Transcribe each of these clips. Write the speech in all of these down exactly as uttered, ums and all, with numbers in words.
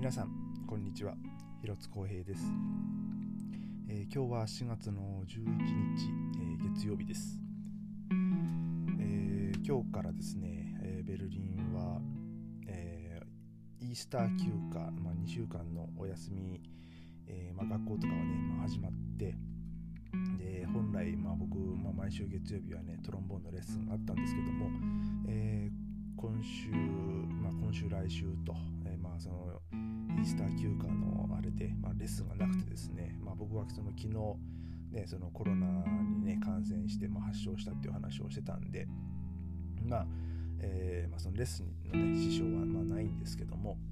皆さんこんにちは、広津光平です。えー、今日はしがつのじゅういちにち、えー、月曜日です。えー、今日からですね、えー、ベルリンは、えー、イースター休暇、まあ、にしゅうかんのお休み、えーまあ、学校とかはね、まあ、始まって、で本来、まあ、僕、まあ、毎週月曜日はねトロンボーンのレッスンがあったんですけども、えー、今週、まあ、今週来週と、えー、まあそのイースター休暇のあれで、まあ、レッスンがなくてですね、まあ、僕はその昨日、ね、そのコロナに、ね、感染して、まあ、発症したっていう話をしてたんで、まあえーまあ、そのレッスンの、ね、支障はまあないんですけども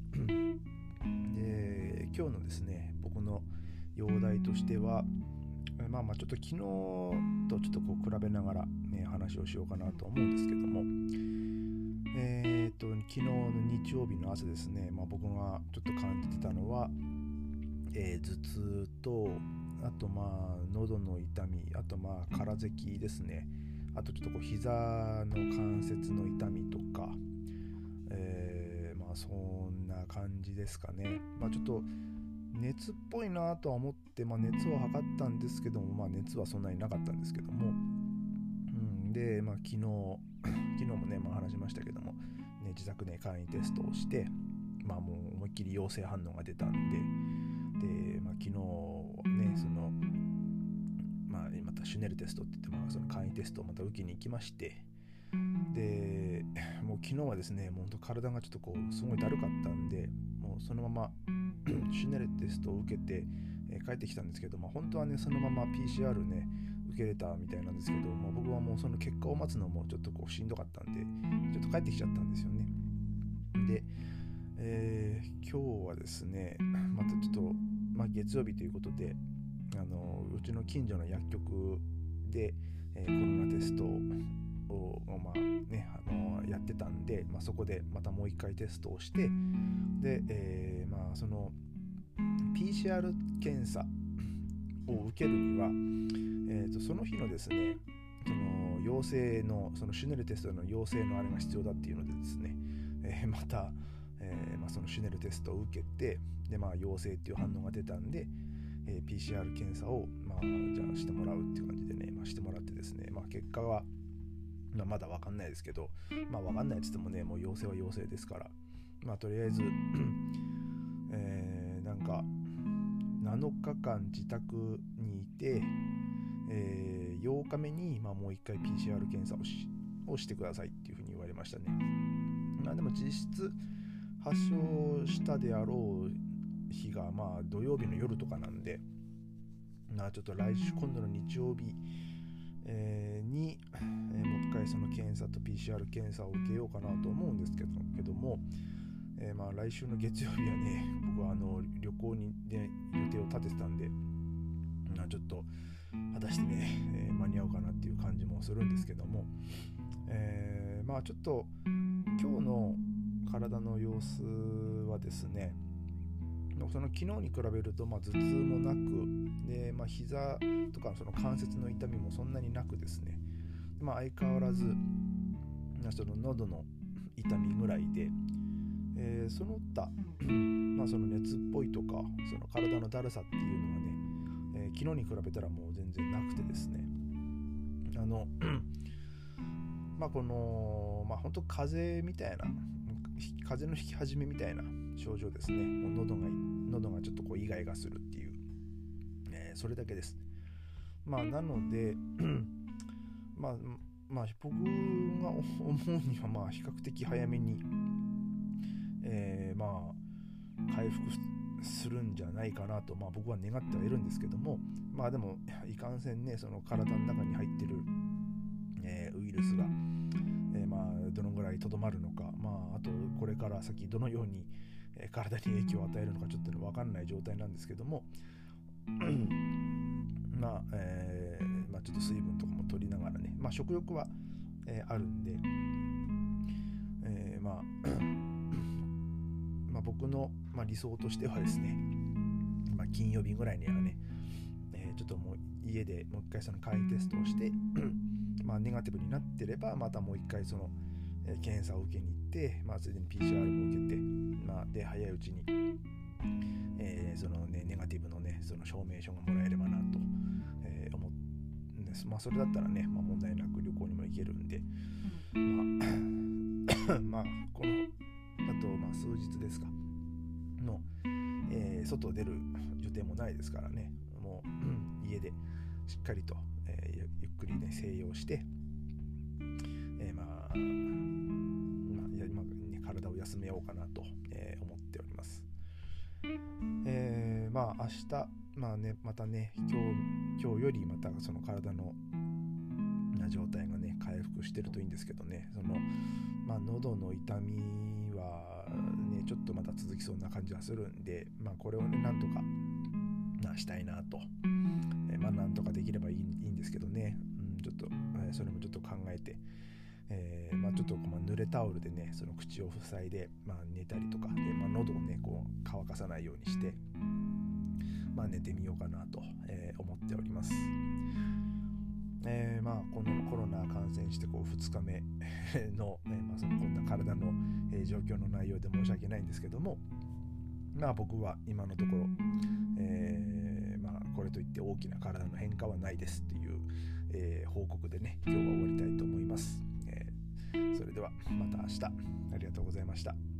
で今日のですね僕の要題としては、まあまあちょっと昨日とちょっとこう比べながら、ね、話をしようかなと思うんですけども、えー、と昨日の日曜日の朝ですね、まあ、僕がちょっと感じてたのは、えー、頭痛と、あとまあ喉の痛み、あとまあ空咳ですね、あとちょっとこう膝の関節の痛みとか、えー、まあそんな感じですかね。まあちょっと熱っぽいなとは思って、まあ、熱を測ったんですけども、まあ、熱はそんなになかったんですけども、うん、で、まあ、昨日昨日もね、まあ、話しましたけども、ね、自宅で簡易テストをして、まあ、もう思いっきり陽性反応が出たんで、で、まあ、昨日ねその、まあ、またシュネルテストって言って、まあ、その簡易テストをまた受けに行きまして、でもう昨日はですね、もう本当体がちょっとこうすごいだるかったんで、もうそのままシュネルテストを受けて、えー、帰ってきたんですけど、まあ、本当はねそのまま ピーシーアール ね受けれたみたいなんですけど、まあ、僕はもうその結果を待つのもちょっとこうしんどかったんでちょっと帰ってきちゃったんですよね。で、えー、今日はですねまたちょっと、まあ、月曜日ということで、あのうちの近所の薬局で、えー、コロナテストをまあね、あのやってたんで、まあ、そこでまたもう一回テストをして、で、えー、まあその ピーシーアール 検査を受けるには、えー、とその日のですねその陽性のそのシュネルテストの陽性のあれが必要だっていうのでですね、えー、また、えーまあ、そのシュネルテストを受けて、でまあ陽性っていう反応が出たんで、えー、ピーシーアール 検査をまあじゃあしてもらうっていう感じでね、まあ、してもらってですね、まあ結果はまあ、まだ分かんないですけど、まあ分かんないって言ってもね、もう陽性は陽性ですから、まあとりあえず、えー、なんかなのかかん自宅にいて、えー、ようかめに、まあ、もう一回 ピーシーアール 検査を し, をしてくださいっていうふうに言われましたね。まあでも実質発症したであろう日がまあ土曜日の夜とかなんで、まあちょっと来週今度の日曜日えー、に、えー、もう一回その検査と ピーシーアール 検査を受けようかなと思うんですけど、けども、えー、まあ来週の月曜日はね、僕はあの旅行に、ね、予定を立ててたんで、まあ、ちょっと果たしてね、えー、間に合うかなっていう感じもするんですけども、えー、まあちょっと今日の体の様子はですね、その昨日に比べるとまあ頭痛もなくで、まあ、膝とかその関節の痛みもそんなになくですね、まあ、相変わらずその喉の痛みぐらいで、えー、その他、まあ、その熱っぽいとかその体のだるさっていうのはね、えー、昨日に比べたらもう全然なくてですね、あのまあこのまあ本当風邪みたいな風邪の引き始めみたいな症状ですね。もう喉が喉がちょっとこうイガイガするっていう、えー、それだけです。まあなのでまあまあ僕が思うにはまあ比較的早めに、えー、まあ回復するんじゃないかなと、まあ僕は願ってはいるんですけども、まあでもいかんせんね、その体の中に入ってる、えー、ウイルスが、えー、まあどのぐらいとどまるのか、まああとこれから先どのように体に影響を与えるのかちょっと分かんない状態なんですけどもまあ、えーまあ、ちょっと水分とかも取りながらね、まあ、食欲は、えー、あるんで、えーまあまあ、僕の、まあ、理想としてはですね、まあ、金曜日ぐらいにはね、えー、ちょっともう家でもう一回その簡易テストをしてまあネガティブになってればまたもう一回その検査を受けに行って、まあ、ついでに ピーシーアール も受けて、まあ、で早いうちに、 えー、そのねネガティブのねその証明書がもらえればなと、えー、思うんです。まあそれだったらね、まあ、問題なく旅行にも行けるんで、まあまあこのあとまあ数日ですかの、えー、外出る予定もないですからね、もう家でしっかりと、えー、ゆっくりね静養して、えー、まあ、まあいや今ね体を休めようかなと、えー、思っております。えー、まあ明日まあねまたね今日今日よりまたその体の状態がね回復してるといいんですけどね、そのまあ喉の痛みはねちょっとまた続きそうな感じはするんで、まあこれをねなんとかなしたいなと、えー、まあなんとかできればいい、いいんですけどね、うん、ちょっと、えー、それもちょっと考えて、えー、まあちょっと、まあ、濡れタオルでねその口を塞いで、まあ、寝たりとかで、まあ、喉をねこう乾かさないようにして、まあ、寝てみようかなと、えー、思っております。えー、まあこのコロナ感染してこうふつかめの、えーまあ、そのこんな体の、えー、状況の内容で申し訳ないんですけども、まあ僕は今のところ、えー、まあこれといって大きな体の変化はないですっていう、えー、報告でね今日は終わりたいと思います。えー、それではまた明日、ありがとうございました。